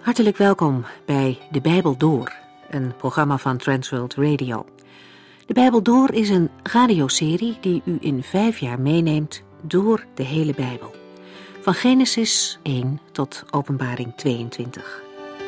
Hartelijk welkom bij De Bijbel Door, een programma van Transworld Radio. De Bijbel Door is een radioserie die u in 5 jaar meeneemt door de hele Bijbel. Van Genesis 1 tot Openbaring 22.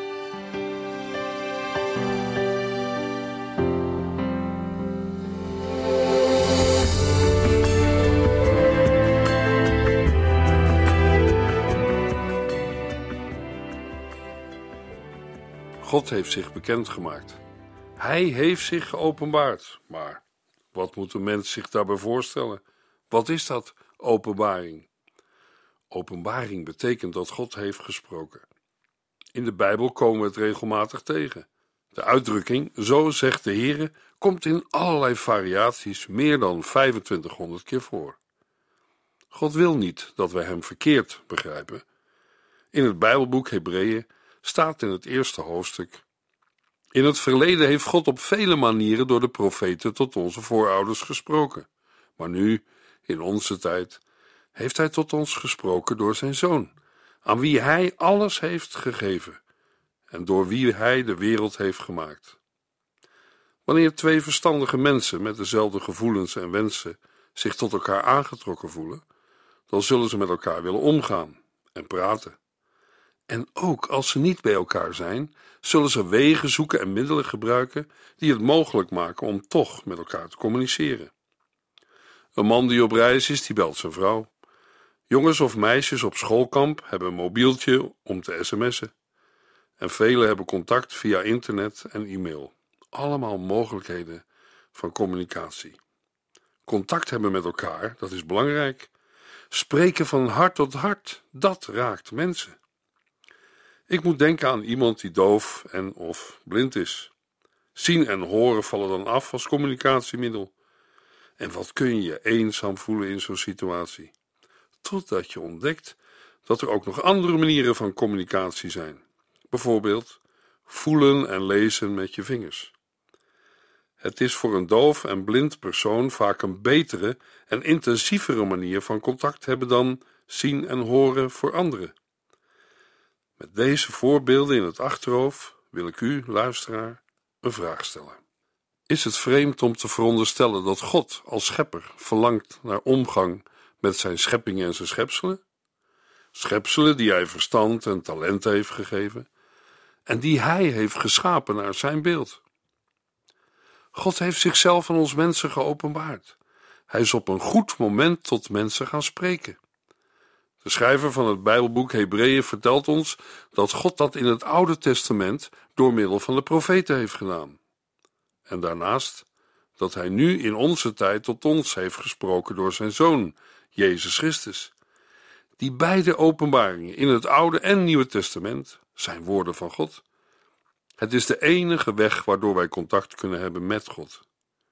God heeft zich bekendgemaakt. Hij heeft zich geopenbaard. Maar wat moet een mens zich daarbij voorstellen? Wat is dat, openbaring? Openbaring betekent dat God heeft gesproken. In de Bijbel komen we het regelmatig tegen. De uitdrukking, zo zegt de Heere, komt in allerlei variaties meer dan 2500 keer voor. God wil niet dat we hem verkeerd begrijpen. In het Bijbelboek Hebreeën staat in het eerste hoofdstuk: in het verleden heeft God op vele manieren door de profeten tot onze voorouders gesproken. Maar nu, in onze tijd, heeft hij tot ons gesproken door zijn Zoon, aan wie hij alles heeft gegeven en door wie hij de wereld heeft gemaakt. Wanneer 2 verstandige mensen met dezelfde gevoelens en wensen zich tot elkaar aangetrokken voelen, dan zullen ze met elkaar willen omgaan en praten. En ook als ze niet bij elkaar zijn, zullen ze wegen zoeken en middelen gebruiken die het mogelijk maken om toch met elkaar te communiceren. Een man die op reis is, die belt zijn vrouw. Jongens of meisjes op schoolkamp hebben een mobieltje om te sms'en. En velen hebben contact via internet en e-mail. Allemaal mogelijkheden van communicatie. Contact hebben met elkaar, dat is belangrijk. Spreken van hart tot hart, dat raakt mensen. Ik moet denken aan iemand die doof en of blind is. Zien en horen vallen dan af als communicatiemiddel. En wat kun je je eenzaam voelen in zo'n situatie? Totdat je ontdekt dat er ook nog andere manieren van communicatie zijn. Bijvoorbeeld voelen en lezen met je vingers. Het is voor een doof en blind persoon vaak een betere en intensievere manier van contact hebben dan zien en horen voor anderen. Met deze voorbeelden in het achterhoofd wil ik u, luisteraar, een vraag stellen. Is het vreemd om te veronderstellen dat God als schepper verlangt naar omgang met zijn scheppingen en zijn schepselen? Schepselen die hij verstand en talent heeft gegeven en die hij heeft geschapen naar zijn beeld. God heeft zichzelf aan ons mensen geopenbaard. Hij is op een goed moment tot mensen gaan spreken. De schrijver van het Bijbelboek Hebreeën vertelt ons dat God dat in het Oude Testament door middel van de profeten heeft gedaan. En daarnaast dat hij nu in onze tijd tot ons heeft gesproken door zijn Zoon, Jezus Christus. Die beide openbaringen in het Oude en Nieuwe Testament zijn woorden van God. Het is de enige weg waardoor wij contact kunnen hebben met God.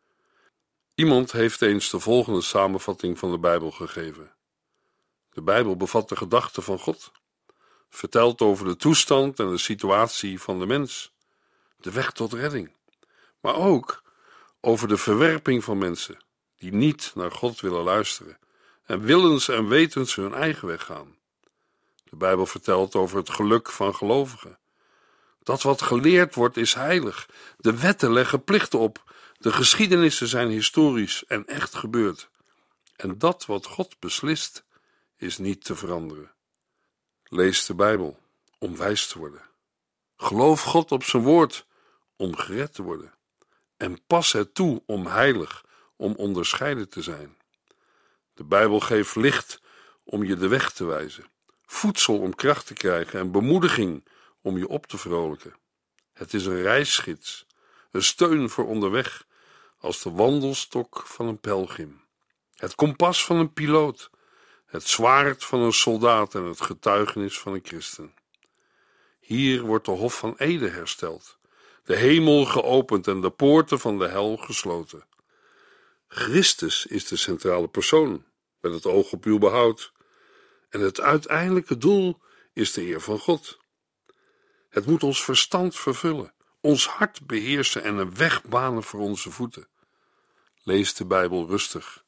Iemand heeft eens de volgende samenvatting van de Bijbel gegeven. De Bijbel bevat de gedachten van God, vertelt over de toestand en de situatie van de mens, de weg tot redding, maar ook over de verwerping van mensen die niet naar God willen luisteren en willens en wetens hun eigen weg gaan. De Bijbel vertelt over het geluk van gelovigen. Dat wat geleerd wordt is heilig, de wetten leggen plichten op, de geschiedenissen zijn historisch en echt gebeurd. En dat wat God beslist is niet te veranderen. Lees de Bijbel om wijs te worden. Geloof God op zijn woord om gered te worden. En pas het toe om heilig, om onderscheiden te zijn. De Bijbel geeft licht om je de weg te wijzen, voedsel om kracht te krijgen en bemoediging om je op te vrolijken. Het is een reisgids, een steun voor onderweg, als de wandelstok van een pelgrim, het kompas van een piloot, het zwaard van een soldaat en het getuigenis van een christen. Hier wordt de Hof van Eden hersteld, de hemel geopend en de poorten van de hel gesloten. Christus is de centrale persoon, met het oog op uw behoud. En het uiteindelijke doel is de eer van God. Het moet ons verstand vervullen, ons hart beheersen en een weg banen voor onze voeten. Lees de Bijbel rustig,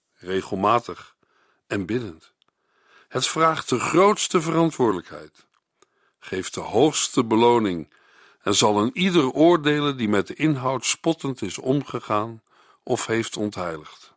regelmatig en biddend. Het vraagt de grootste verantwoordelijkheid. geeft de hoogste beloning en zal een ieder oordelen die met de inhoud spottend is omgegaan of heeft ontheiligd.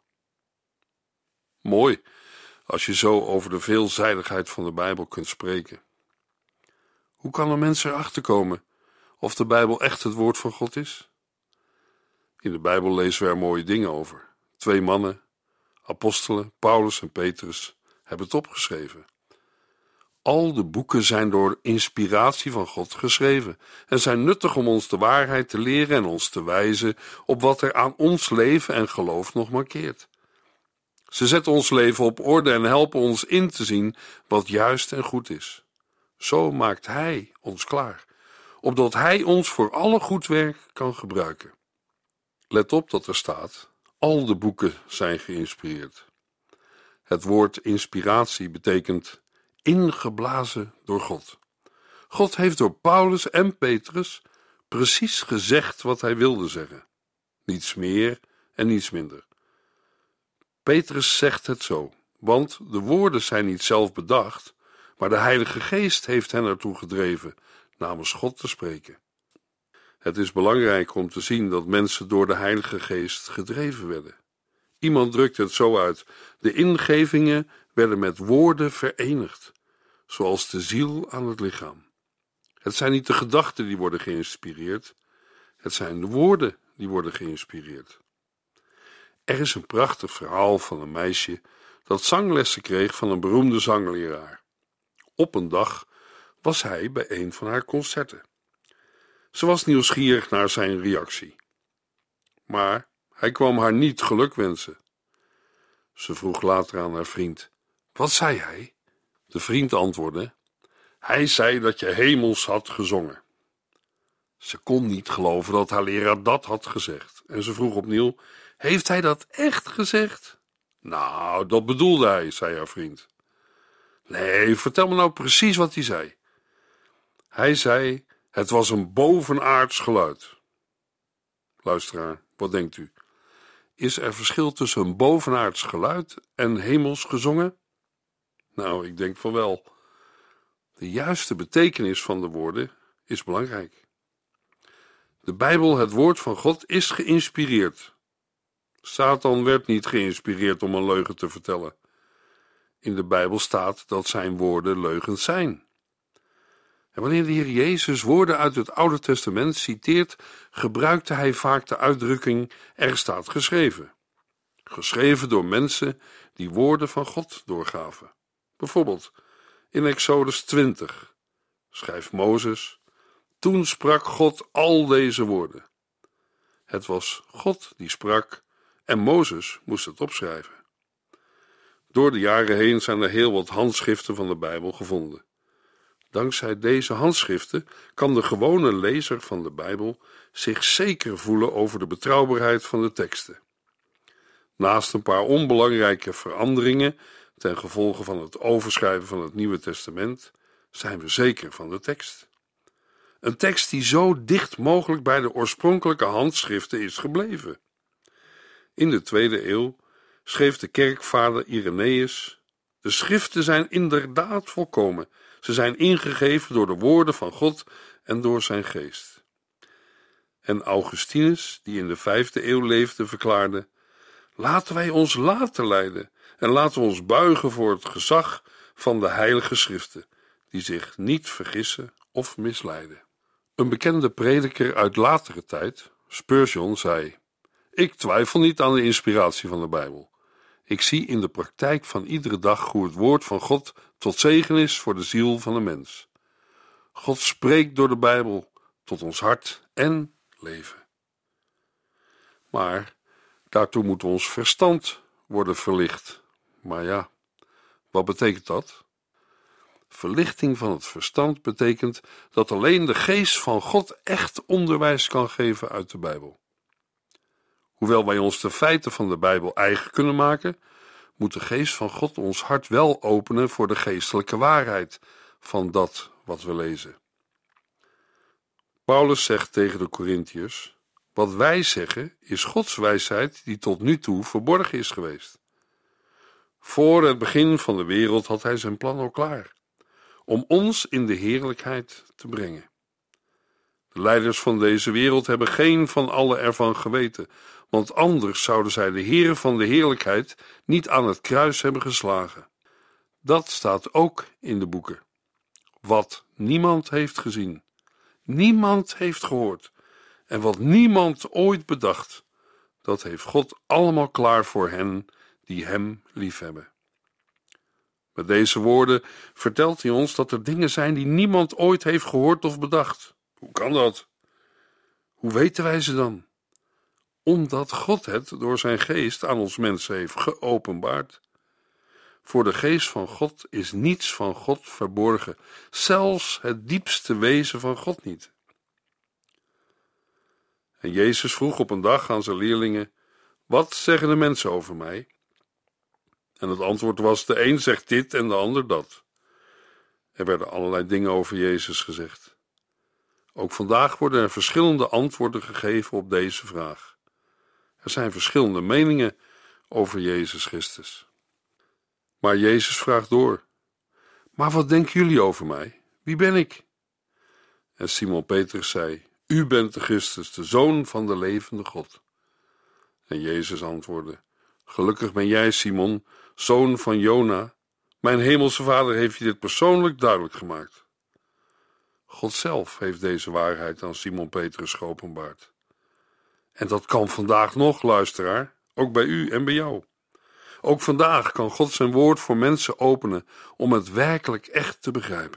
Mooi als je zo over de veelzijdigheid van de Bijbel kunt spreken. Hoe kan een mens erachter komen of de Bijbel echt het woord van God is? In de Bijbel lezen we er mooie dingen over. 2 mannen, apostelen, Paulus en Petrus, hebben het opgeschreven. Al de boeken zijn door inspiratie van God geschreven en zijn nuttig om ons de waarheid te leren en ons te wijzen op wat er aan ons leven en geloof nog mankeert. Ze zetten ons leven op orde en helpen ons in te zien wat juist en goed is. Zo maakt Hij ons klaar, opdat Hij ons voor alle goed werk kan gebruiken. Let op dat er staat: al de boeken zijn geïnspireerd. Het woord inspiratie betekent ingeblazen door God. God heeft door Paulus en Petrus precies gezegd wat hij wilde zeggen. Niets meer en niets minder. Petrus zegt het zo, want de woorden zijn niet zelf bedacht, maar de Heilige Geest heeft hen ertoe gedreven namens God te spreken. Het is belangrijk om te zien dat mensen door de Heilige Geest gedreven werden. Iemand drukt het zo uit: de ingevingen werden met woorden verenigd, zoals de ziel aan het lichaam. Het zijn niet de gedachten die worden geïnspireerd, het zijn de woorden die worden geïnspireerd. Er is een prachtig verhaal van een meisje dat zanglessen kreeg van een beroemde zangleraar. Op een dag was hij bij een van haar concerten. Ze was nieuwsgierig naar zijn reactie. Maar hij kwam haar niet geluk wensen. Ze vroeg later aan haar vriend: wat zei hij? De vriend antwoordde: hij zei dat je hemels had gezongen. Ze kon niet geloven dat haar leraar dat had gezegd en ze vroeg opnieuw: heeft hij dat echt gezegd? Nou, dat bedoelde hij, zei haar vriend. Nee, vertel me nou precies wat hij zei. Hij zei: het was een bovenaards geluid. Luisteraar, wat denkt u? Is er verschil tussen een bovenaards geluid en hemels gezongen? Nou, ik denk van wel. De juiste betekenis van de woorden is belangrijk. De Bijbel, het woord van God, is geïnspireerd. Satan werd niet geïnspireerd om een leugen te vertellen. In de Bijbel staat dat zijn woorden leugens zijn. En wanneer de Heer Jezus woorden uit het Oude Testament citeert, gebruikte hij vaak de uitdrukking: er staat geschreven. Geschreven door mensen die woorden van God doorgaven. Bijvoorbeeld in Exodus 20 schrijft Mozes: toen sprak God al deze woorden. Het was God die sprak en Mozes moest het opschrijven. Door de jaren heen zijn er heel wat handschriften van de Bijbel gevonden. Dankzij deze handschriften kan de gewone lezer van de Bijbel zich zeker voelen over de betrouwbaarheid van de teksten. Naast een paar onbelangrijke veranderingen ten gevolge van het overschrijven van het Nieuwe Testament zijn we zeker van de tekst. Een tekst die zo dicht mogelijk bij de oorspronkelijke handschriften is gebleven. In de 2e eeuw schreef de kerkvader Irenaeus: de schriften zijn inderdaad volkomen. Ze zijn ingegeven door de woorden van God en door zijn geest. En Augustinus, die in de 5e eeuw leefde, verklaarde: laten wij ons laten leiden en laten we ons buigen voor het gezag van de heilige schriften, die zich niet vergissen of misleiden. Een bekende prediker uit latere tijd, Spurgeon, zei: ik twijfel niet aan de inspiratie van de Bijbel. Ik zie in de praktijk van iedere dag hoe het woord van God tot zegen is voor de ziel van de mens. God spreekt door de Bijbel tot ons hart en leven. Maar daartoe moet ons verstand worden verlicht. Maar ja, wat betekent dat? Verlichting van het verstand betekent dat alleen de geest van God echt onderwijs kan geven uit de Bijbel. Hoewel wij ons de feiten van de Bijbel eigen kunnen maken, moet de geest van God ons hart wel openen voor de geestelijke waarheid van dat wat we lezen. Paulus zegt tegen de Korintiërs: wat wij zeggen is Gods wijsheid die tot nu toe verborgen is geweest. Voor het begin van de wereld had hij zijn plan al klaar. om ons in de heerlijkheid te brengen. De leiders van deze wereld hebben geen van allen ervan geweten, want anders zouden zij de Heer van de heerlijkheid niet aan het kruis hebben geslagen. Dat staat ook in de boeken. Wat niemand heeft gezien, niemand heeft gehoord en wat niemand ooit bedacht, dat heeft God allemaal klaar voor hen die hem liefhebben. Met deze woorden vertelt hij ons dat er dingen zijn die niemand ooit heeft gehoord of bedacht. Hoe kan dat? Hoe weten wij ze dan? Omdat God het door zijn geest aan ons mensen heeft geopenbaard. Voor de geest van God is niets van God verborgen, zelfs het diepste wezen van God niet. En Jezus vroeg op een dag aan zijn leerlingen: wat zeggen de mensen over mij? En het antwoord was: de een zegt dit en de ander dat. Er werden allerlei dingen over Jezus gezegd. Ook vandaag worden er verschillende antwoorden gegeven op deze vraag. Er zijn verschillende meningen over Jezus Christus. Maar Jezus vraagt door: maar wat denken jullie over mij? Wie ben ik? En Simon Petrus zei: u bent de Christus, de Zoon van de levende God. En Jezus antwoordde: gelukkig ben jij, Simon, zoon van Jona. Mijn hemelse Vader heeft je dit persoonlijk duidelijk gemaakt. God zelf heeft deze waarheid aan Simon Petrus geopenbaard. En dat kan vandaag nog, luisteraar, ook bij u en bij jou. Ook vandaag kan God zijn woord voor mensen openen om het werkelijk echt te begrijpen.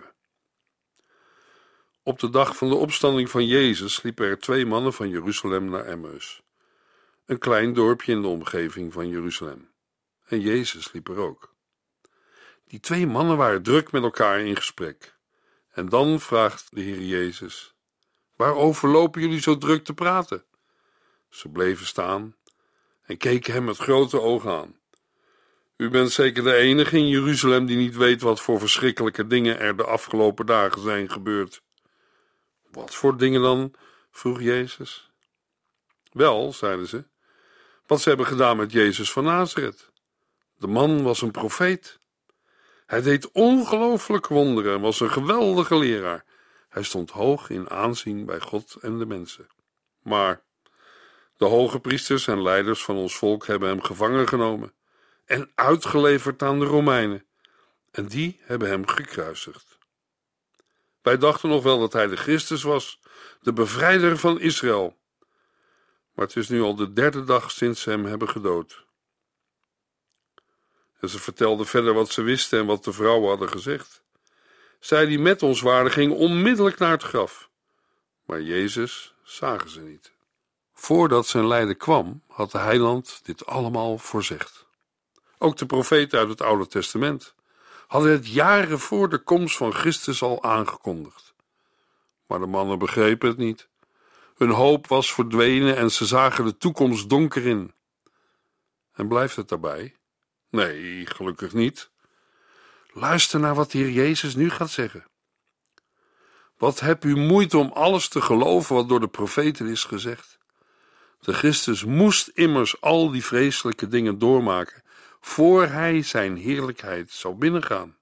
Op de dag van de opstanding van Jezus liepen er 2 mannen van Jeruzalem naar Emmaus, een klein dorpje in de omgeving van Jeruzalem. En Jezus liep er ook. Die 2 mannen waren druk met elkaar in gesprek. En dan vraagt de Heer Jezus: waarover lopen jullie zo druk te praten? Ze bleven staan en keken hem met grote ogen aan. U bent zeker de enige in Jeruzalem die niet weet wat voor verschrikkelijke dingen er de afgelopen dagen zijn gebeurd. Wat voor dingen dan? Vroeg Jezus. Wel, zeiden ze, wat ze hebben gedaan met Jezus van Nazareth. De man was een profeet. Hij deed ongelooflijke wonderen en was een geweldige leraar. Hij stond hoog in aanzien bij God en de mensen. Maar de hoge priesters en leiders van ons volk hebben hem gevangen genomen en uitgeleverd aan de Romeinen. En die hebben hem gekruisigd. Wij dachten nog wel dat hij de Christus was, de bevrijder van Israël. Maar het is nu al de 3e dag sinds ze hem hebben gedood. En ze vertelden verder wat ze wisten en wat de vrouwen hadden gezegd. Zij die met ons waren, gingen onmiddellijk naar het graf. Maar Jezus zagen ze niet. Voordat zijn lijden kwam, had de heiland dit allemaal voorzegd. Ook de profeten uit het Oude Testament hadden het jaren voor de komst van Christus al aangekondigd. Maar de mannen begrepen het niet. Hun hoop was verdwenen en ze zagen de toekomst donker in. En blijft het daarbij? Nee, gelukkig niet. Luister naar wat de Heer Jezus nu gaat zeggen. Wat hebt u moeite om alles te geloven wat door de profeten is gezegd? De Christus moest immers al die vreselijke dingen doormaken, voor hij zijn heerlijkheid zou binnengaan.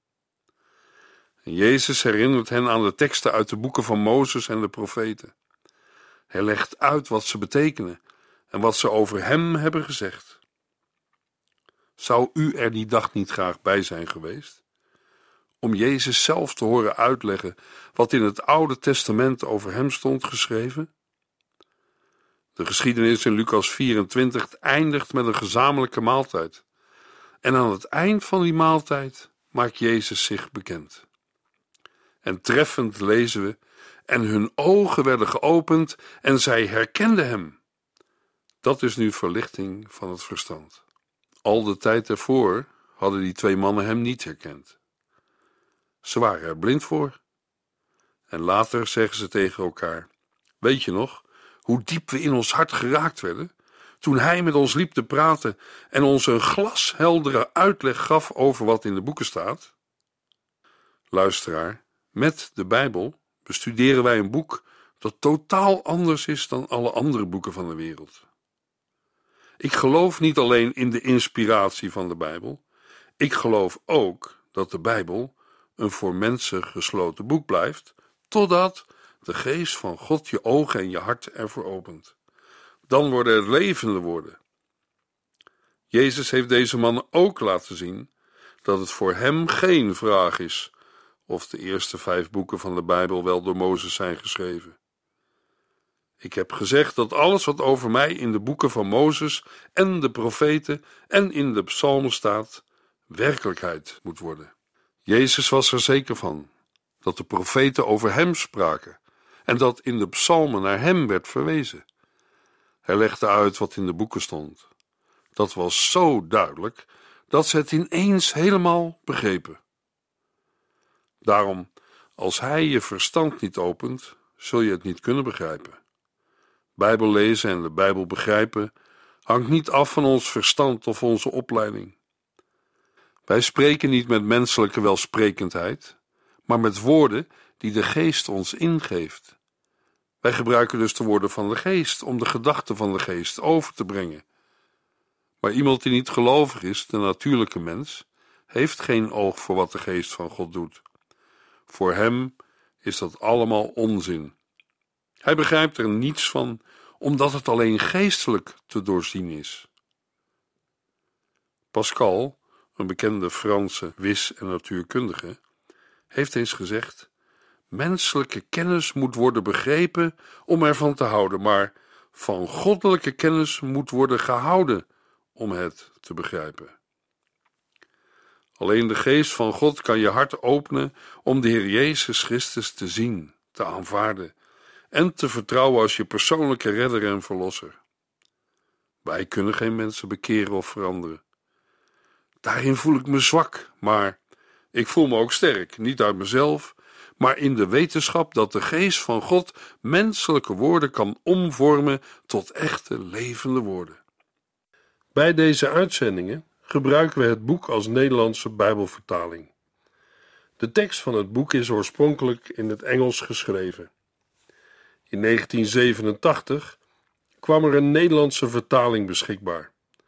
En Jezus herinnert hen aan de teksten uit de boeken van Mozes en de profeten. Hij legt uit wat ze betekenen en wat ze over hem hebben gezegd. Zou u er die dag niet graag bij zijn geweest? Om Jezus zelf te horen uitleggen wat in het Oude Testament over hem stond geschreven? De geschiedenis in Lucas 24 eindigt met een gezamenlijke maaltijd. En aan het eind van die maaltijd maakt Jezus zich bekend. En treffend lezen we: en hun ogen werden geopend en zij herkenden hem. Dat is nu verlichting van het verstand. Al de tijd ervoor hadden die 2 mannen hem niet herkend. Ze waren er blind voor. En later zeggen ze tegen elkaar: weet je nog hoe diep we in ons hart geraakt werden toen hij met ons liep te praten en ons een glasheldere uitleg gaf over wat in de boeken staat? Luisteraar, met de Bijbel bestuderen wij een boek dat totaal anders is dan alle andere boeken van de wereld. Ik geloof niet alleen in de inspiratie van de Bijbel, ik geloof ook dat de Bijbel een voor mensen gesloten boek blijft, totdat de geest van God je ogen en je hart ervoor opent. Dan worden het levende woorden. Jezus heeft deze mannen ook laten zien dat het voor hem geen vraag is of de eerste 5 boeken van de Bijbel wel door Mozes zijn geschreven. Ik heb gezegd dat alles wat over mij in de boeken van Mozes en de profeten en in de psalmen staat, werkelijkheid moet worden. Jezus was er zeker van dat de profeten over hem spraken en dat in de psalmen naar hem werd verwezen. Hij legde uit wat in de boeken stond. Dat was zo duidelijk dat ze het ineens helemaal begrepen. Daarom, als hij je verstand niet opent, zul je het niet kunnen begrijpen. Bijbel lezen en de Bijbel begrijpen hangt niet af van ons verstand of onze opleiding. Wij spreken niet met menselijke welsprekendheid, maar met woorden die de Geest ons ingeeft. Wij gebruiken dus de woorden van de Geest om de gedachten van de Geest over te brengen. Maar iemand die niet gelovig is, de natuurlijke mens, heeft geen oog voor wat de Geest van God doet. Voor hem is dat allemaal onzin. Hij begrijpt er niets van, omdat het alleen geestelijk te doorzien is. Pascal, een bekende Franse wis- en natuurkundige, heeft eens gezegd: menselijke kennis moet worden begrepen om ervan te houden, maar van goddelijke kennis moet worden gehouden om het te begrijpen. Alleen de geest van God kan je hart openen om de Heer Jezus Christus te zien, te aanvaarden en te vertrouwen als je persoonlijke redder en verlosser. Wij kunnen geen mensen bekeren of veranderen. Daarin voel ik me zwak, maar ik voel me ook sterk, niet uit mezelf, maar in de wetenschap dat de geest van God menselijke woorden kan omvormen tot echte levende woorden. Bij deze uitzendingen gebruiken we het boek als Nederlandse Bijbelvertaling. De tekst van het boek is oorspronkelijk in het Engels geschreven. In 1987 kwam er een Nederlandse vertaling beschikbaar.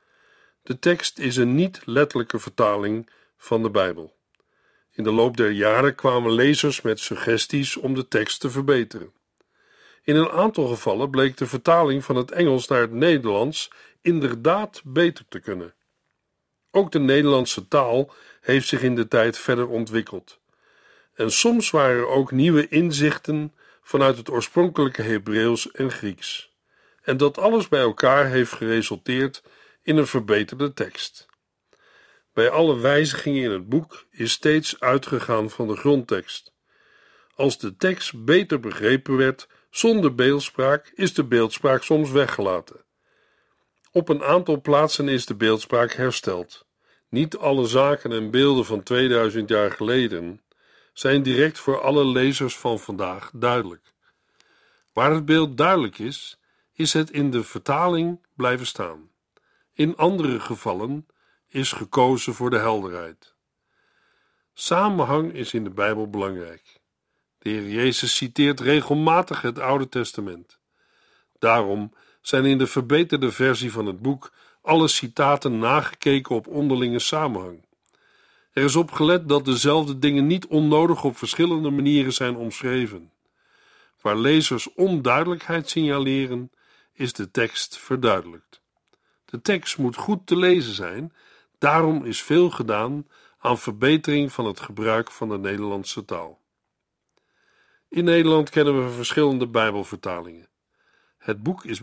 De tekst is een niet-letterlijke vertaling van de Bijbel. In de loop der jaren kwamen lezers met suggesties om de tekst te verbeteren. In een aantal gevallen bleek de vertaling van het Engels naar het Nederlands inderdaad beter te kunnen. Ook de Nederlandse taal heeft zich in de tijd verder ontwikkeld. En soms waren er ook nieuwe inzichten vanuit het oorspronkelijke Hebreeuws en Grieks. En dat alles bij elkaar heeft geresulteerd in een verbeterde tekst. Bij alle wijzigingen in het boek is steeds uitgegaan van de grondtekst. Als de tekst beter begrepen werd zonder beeldspraak, is de beeldspraak soms weggelaten. Op een aantal plaatsen is de beeldspraak hersteld. Niet alle zaken en beelden van 2000 jaar geleden zijn direct voor alle lezers van vandaag duidelijk. Waar het beeld duidelijk is, is het in de vertaling blijven staan. In andere gevallen is gekozen voor de helderheid. Samenhang is in de Bijbel belangrijk. De Heer Jezus citeert regelmatig het Oude Testament. Daarom zijn in de verbeterde versie van het boek alle citaten nagekeken op onderlinge samenhang. Er is op gelet dat dezelfde dingen niet onnodig op verschillende manieren zijn omschreven. Waar lezers onduidelijkheid signaleren, is de tekst verduidelijkt. De tekst moet goed te lezen zijn, daarom is veel gedaan aan verbetering van het gebruik van de Nederlandse taal. In Nederland kennen we verschillende Bijbelvertalingen. Het boek is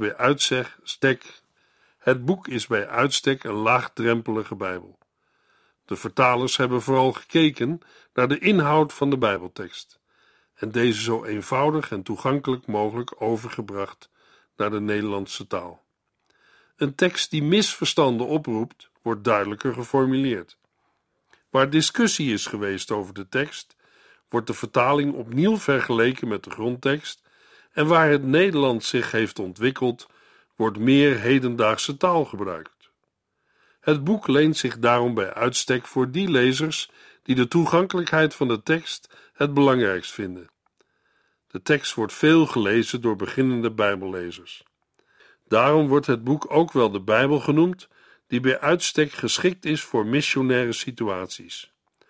bij uitstek een laagdrempelige Bijbel. De vertalers hebben vooral gekeken naar de inhoud van de Bijbeltekst en deze zo eenvoudig en toegankelijk mogelijk overgebracht naar de Nederlandse taal. Een tekst die misverstanden oproept, wordt duidelijker geformuleerd. Waar discussie is geweest over de tekst, wordt de vertaling opnieuw vergeleken met de grondtekst en waar het Nederlands zich heeft ontwikkeld, wordt meer hedendaagse taal gebruikt. Het boek leent zich daarom bij uitstek voor die lezers die de toegankelijkheid van de tekst het belangrijkst vinden. De tekst wordt veel gelezen door beginnende Bijbellezers. Daarom wordt het boek ook wel de Bijbel genoemd, die bij uitstek geschikt is voor missionaire situaties.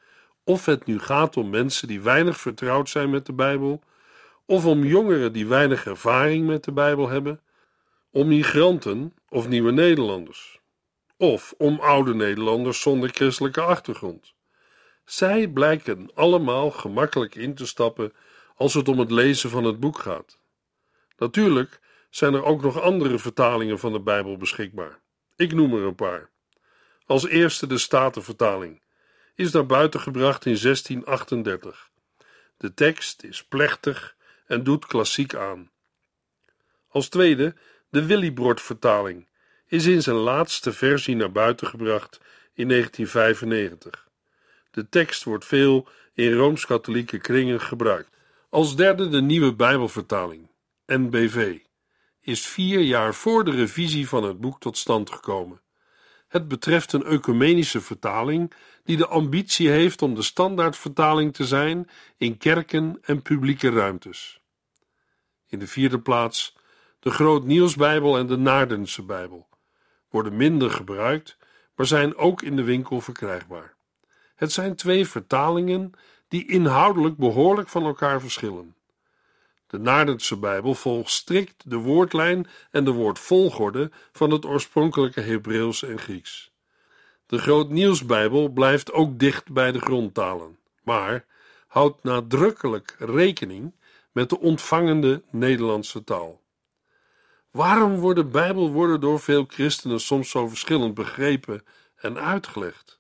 Of het nu gaat om mensen die weinig vertrouwd zijn met de Bijbel, of om jongeren die weinig ervaring met de Bijbel hebben, om migranten of nieuwe Nederlanders, of om oude Nederlanders zonder christelijke achtergrond. Zij blijken allemaal gemakkelijk in te stappen als het om het lezen van het boek gaat. Natuurlijk zijn er ook nog andere vertalingen van de Bijbel beschikbaar. Ik noem er een paar. Als eerste de Statenvertaling. Is naar buiten gebracht in 1638. De tekst is plechtig en doet klassiek aan. Als tweede de Willibrord-vertaling. Is in zijn laatste versie naar buiten gebracht in 1995. De tekst wordt veel in Rooms-Katholieke kringen gebruikt. Als derde de Nieuwe Bijbelvertaling, NBV, is 4 jaar voor de revisie van het boek tot stand gekomen. Het betreft een ecumenische vertaling die de ambitie heeft om de standaardvertaling te zijn in kerken en publieke ruimtes. In de vierde plaats de Groot Nieuwsbijbel en de Naardense Bijbel. Worden minder gebruikt, maar zijn ook in de winkel verkrijgbaar. Het zijn 2 vertalingen die inhoudelijk behoorlijk van elkaar verschillen. De Naardense Bijbel volgt strikt de woordlijn en de woordvolgorde van het oorspronkelijke Hebreeuws en Grieks. De Groot Nieuwsbijbel blijft ook dicht bij de grondtalen, maar houdt nadrukkelijk rekening met de ontvangende Nederlandse taal. Waarom worden Bijbelwoorden door veel christenen soms zo verschillend begrepen en uitgelegd?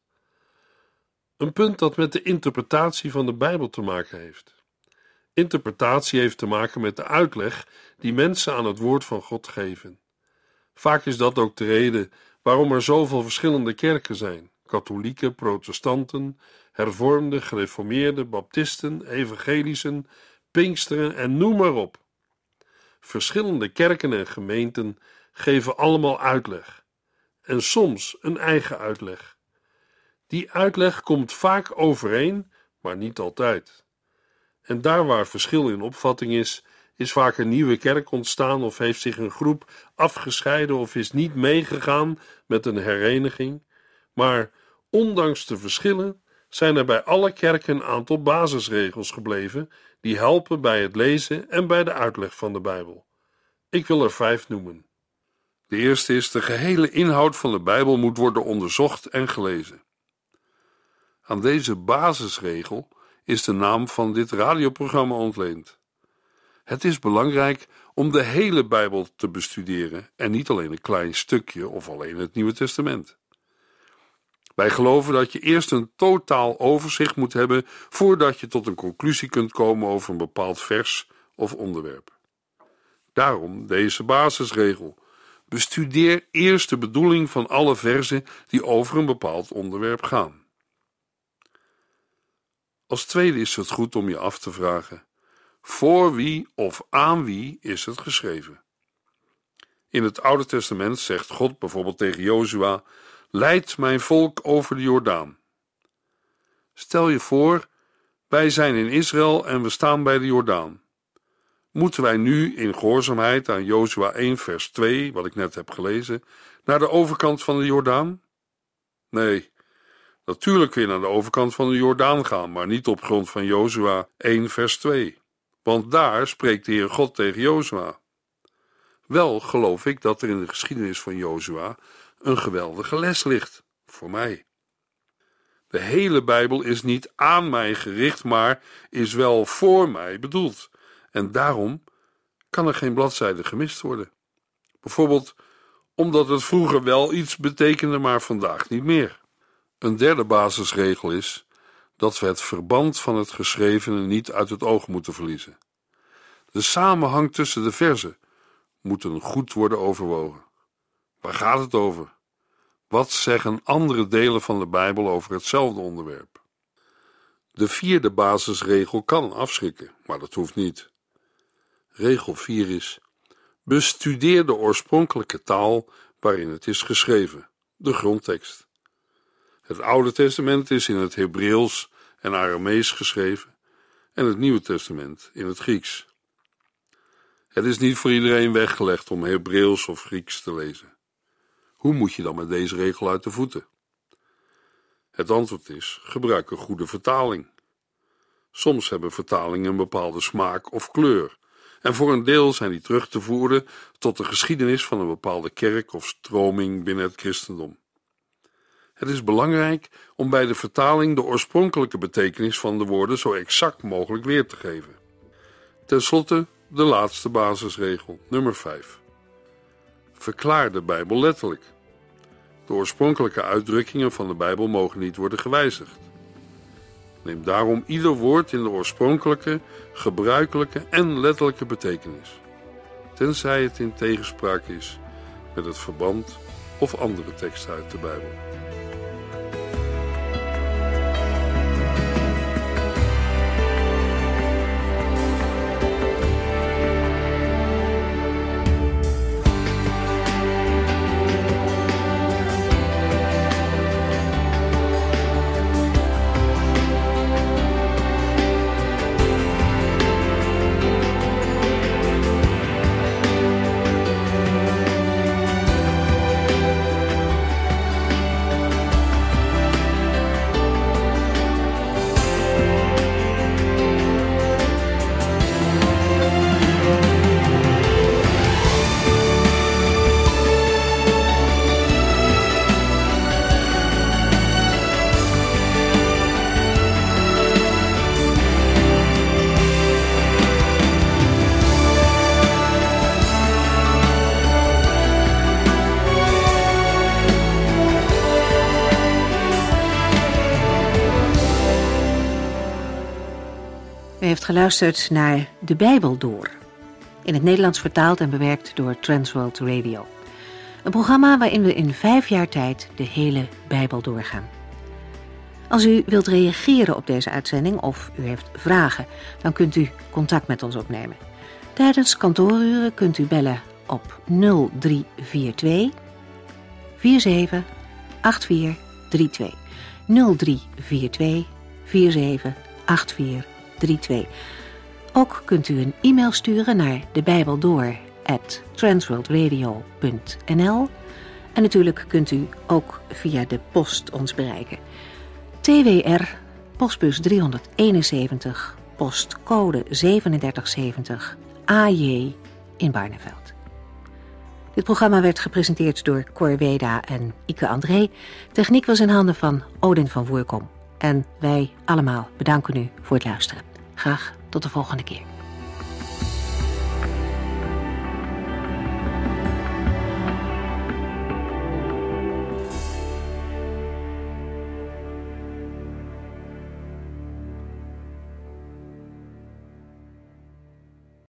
Een punt dat met de interpretatie van de Bijbel te maken heeft. Interpretatie heeft te maken met de uitleg die mensen aan het woord van God geven. Vaak is dat ook de reden waarom er zoveel verschillende kerken zijn: katholieken, protestanten, hervormden, gereformeerden, baptisten, evangelischen, pinksteren en noem maar op. Verschillende kerken en gemeenten geven allemaal uitleg en soms een eigen uitleg. Die uitleg komt vaak overeen, maar niet altijd. En daar waar verschil in opvatting is vaak een nieuwe kerk ontstaan of heeft zich een groep afgescheiden of is niet meegegaan met een hereniging. Maar ondanks de verschillen zijn er bij alle kerken een aantal basisregels gebleven die helpen bij het lezen en bij de uitleg van de Bijbel. Ik wil er 5 noemen. De eerste is: de gehele inhoud van de Bijbel moet worden onderzocht en gelezen. Aan deze basisregel is de naam van dit radioprogramma ontleend. Het is belangrijk om de hele Bijbel te bestuderen en niet alleen een klein stukje of alleen het Nieuwe Testament. Wij geloven dat je eerst een totaal overzicht moet hebben voordat je tot een conclusie kunt komen over een bepaald vers of onderwerp. Daarom deze basisregel: bestudeer eerst de bedoeling van alle verzen die over een bepaald onderwerp gaan. Als tweede is het goed om je af te vragen: voor wie of aan wie is het geschreven? In het Oude Testament zegt God bijvoorbeeld tegen Jozua: leid mijn volk over de Jordaan. Stel je voor, wij zijn in Israël en we staan bij de Jordaan. Moeten wij nu in gehoorzaamheid aan Jozua 1 vers 2, wat ik net heb gelezen, naar de overkant van de Jordaan? Nee, natuurlijk kun je naar de overkant van de Jordaan gaan, maar niet op grond van Jozua 1 vers 2. Want daar spreekt de Heer God tegen Jozua. Wel geloof ik dat er in de geschiedenis van Jozua een geweldige les ligt, voor mij. De hele Bijbel is niet aan mij gericht, maar is wel voor mij bedoeld. En daarom kan er geen bladzijde gemist worden. Bijvoorbeeld omdat het vroeger wel iets betekende, maar vandaag niet meer. Een derde basisregel is dat we het verband van het geschrevene niet uit het oog moeten verliezen. De samenhang tussen de verzen moet goed worden overwogen. Waar gaat het over? Wat zeggen andere delen van de Bijbel over hetzelfde onderwerp? De vierde basisregel kan afschrikken, maar dat hoeft niet. Regel 4 is: bestudeer de oorspronkelijke taal waarin het is geschreven, de grondtekst. Het Oude Testament is in het Hebreeuws en Aramees geschreven en het Nieuwe Testament in het Grieks. Het is niet voor iedereen weggelegd om Hebreeuws of Grieks te lezen. Hoe moet je dan met deze regel uit de voeten? Het antwoord is: gebruik een goede vertaling. Soms hebben vertalingen een bepaalde smaak of kleur, en voor een deel zijn die terug te voeren tot de geschiedenis van een bepaalde kerk of stroming binnen het christendom. Het is belangrijk om bij de vertaling de oorspronkelijke betekenis van de woorden zo exact mogelijk weer te geven. Ten slotte de laatste basisregel, nummer 5. Verklaar de Bijbel letterlijk. De oorspronkelijke uitdrukkingen van de Bijbel mogen niet worden gewijzigd. Neem daarom ieder woord in de oorspronkelijke, gebruikelijke en letterlijke betekenis, tenzij het in tegenspraak is met het verband of andere teksten uit de Bijbel. U heeft geluisterd naar De Bijbel Door, in het Nederlands vertaald en bewerkt door Transworld Radio. Een programma waarin we in 5 jaar tijd de hele Bijbel doorgaan. Als u wilt reageren op deze uitzending of u heeft vragen, dan kunt u contact met ons opnemen. Tijdens kantooruren kunt u bellen op 0342 47 8432. 0342 47 8432. Ook kunt u een e-mail sturen naar debijbeldoor@transworldradio.nl en natuurlijk kunt u ook via de post ons bereiken. TWR, postbus 371, postcode 3770, AJ in Barneveld. Dit programma werd gepresenteerd door Cor Weda en Ike André. Techniek was in handen van Odin van Voerkom. En wij allemaal bedanken u voor het luisteren. Graag tot de volgende keer.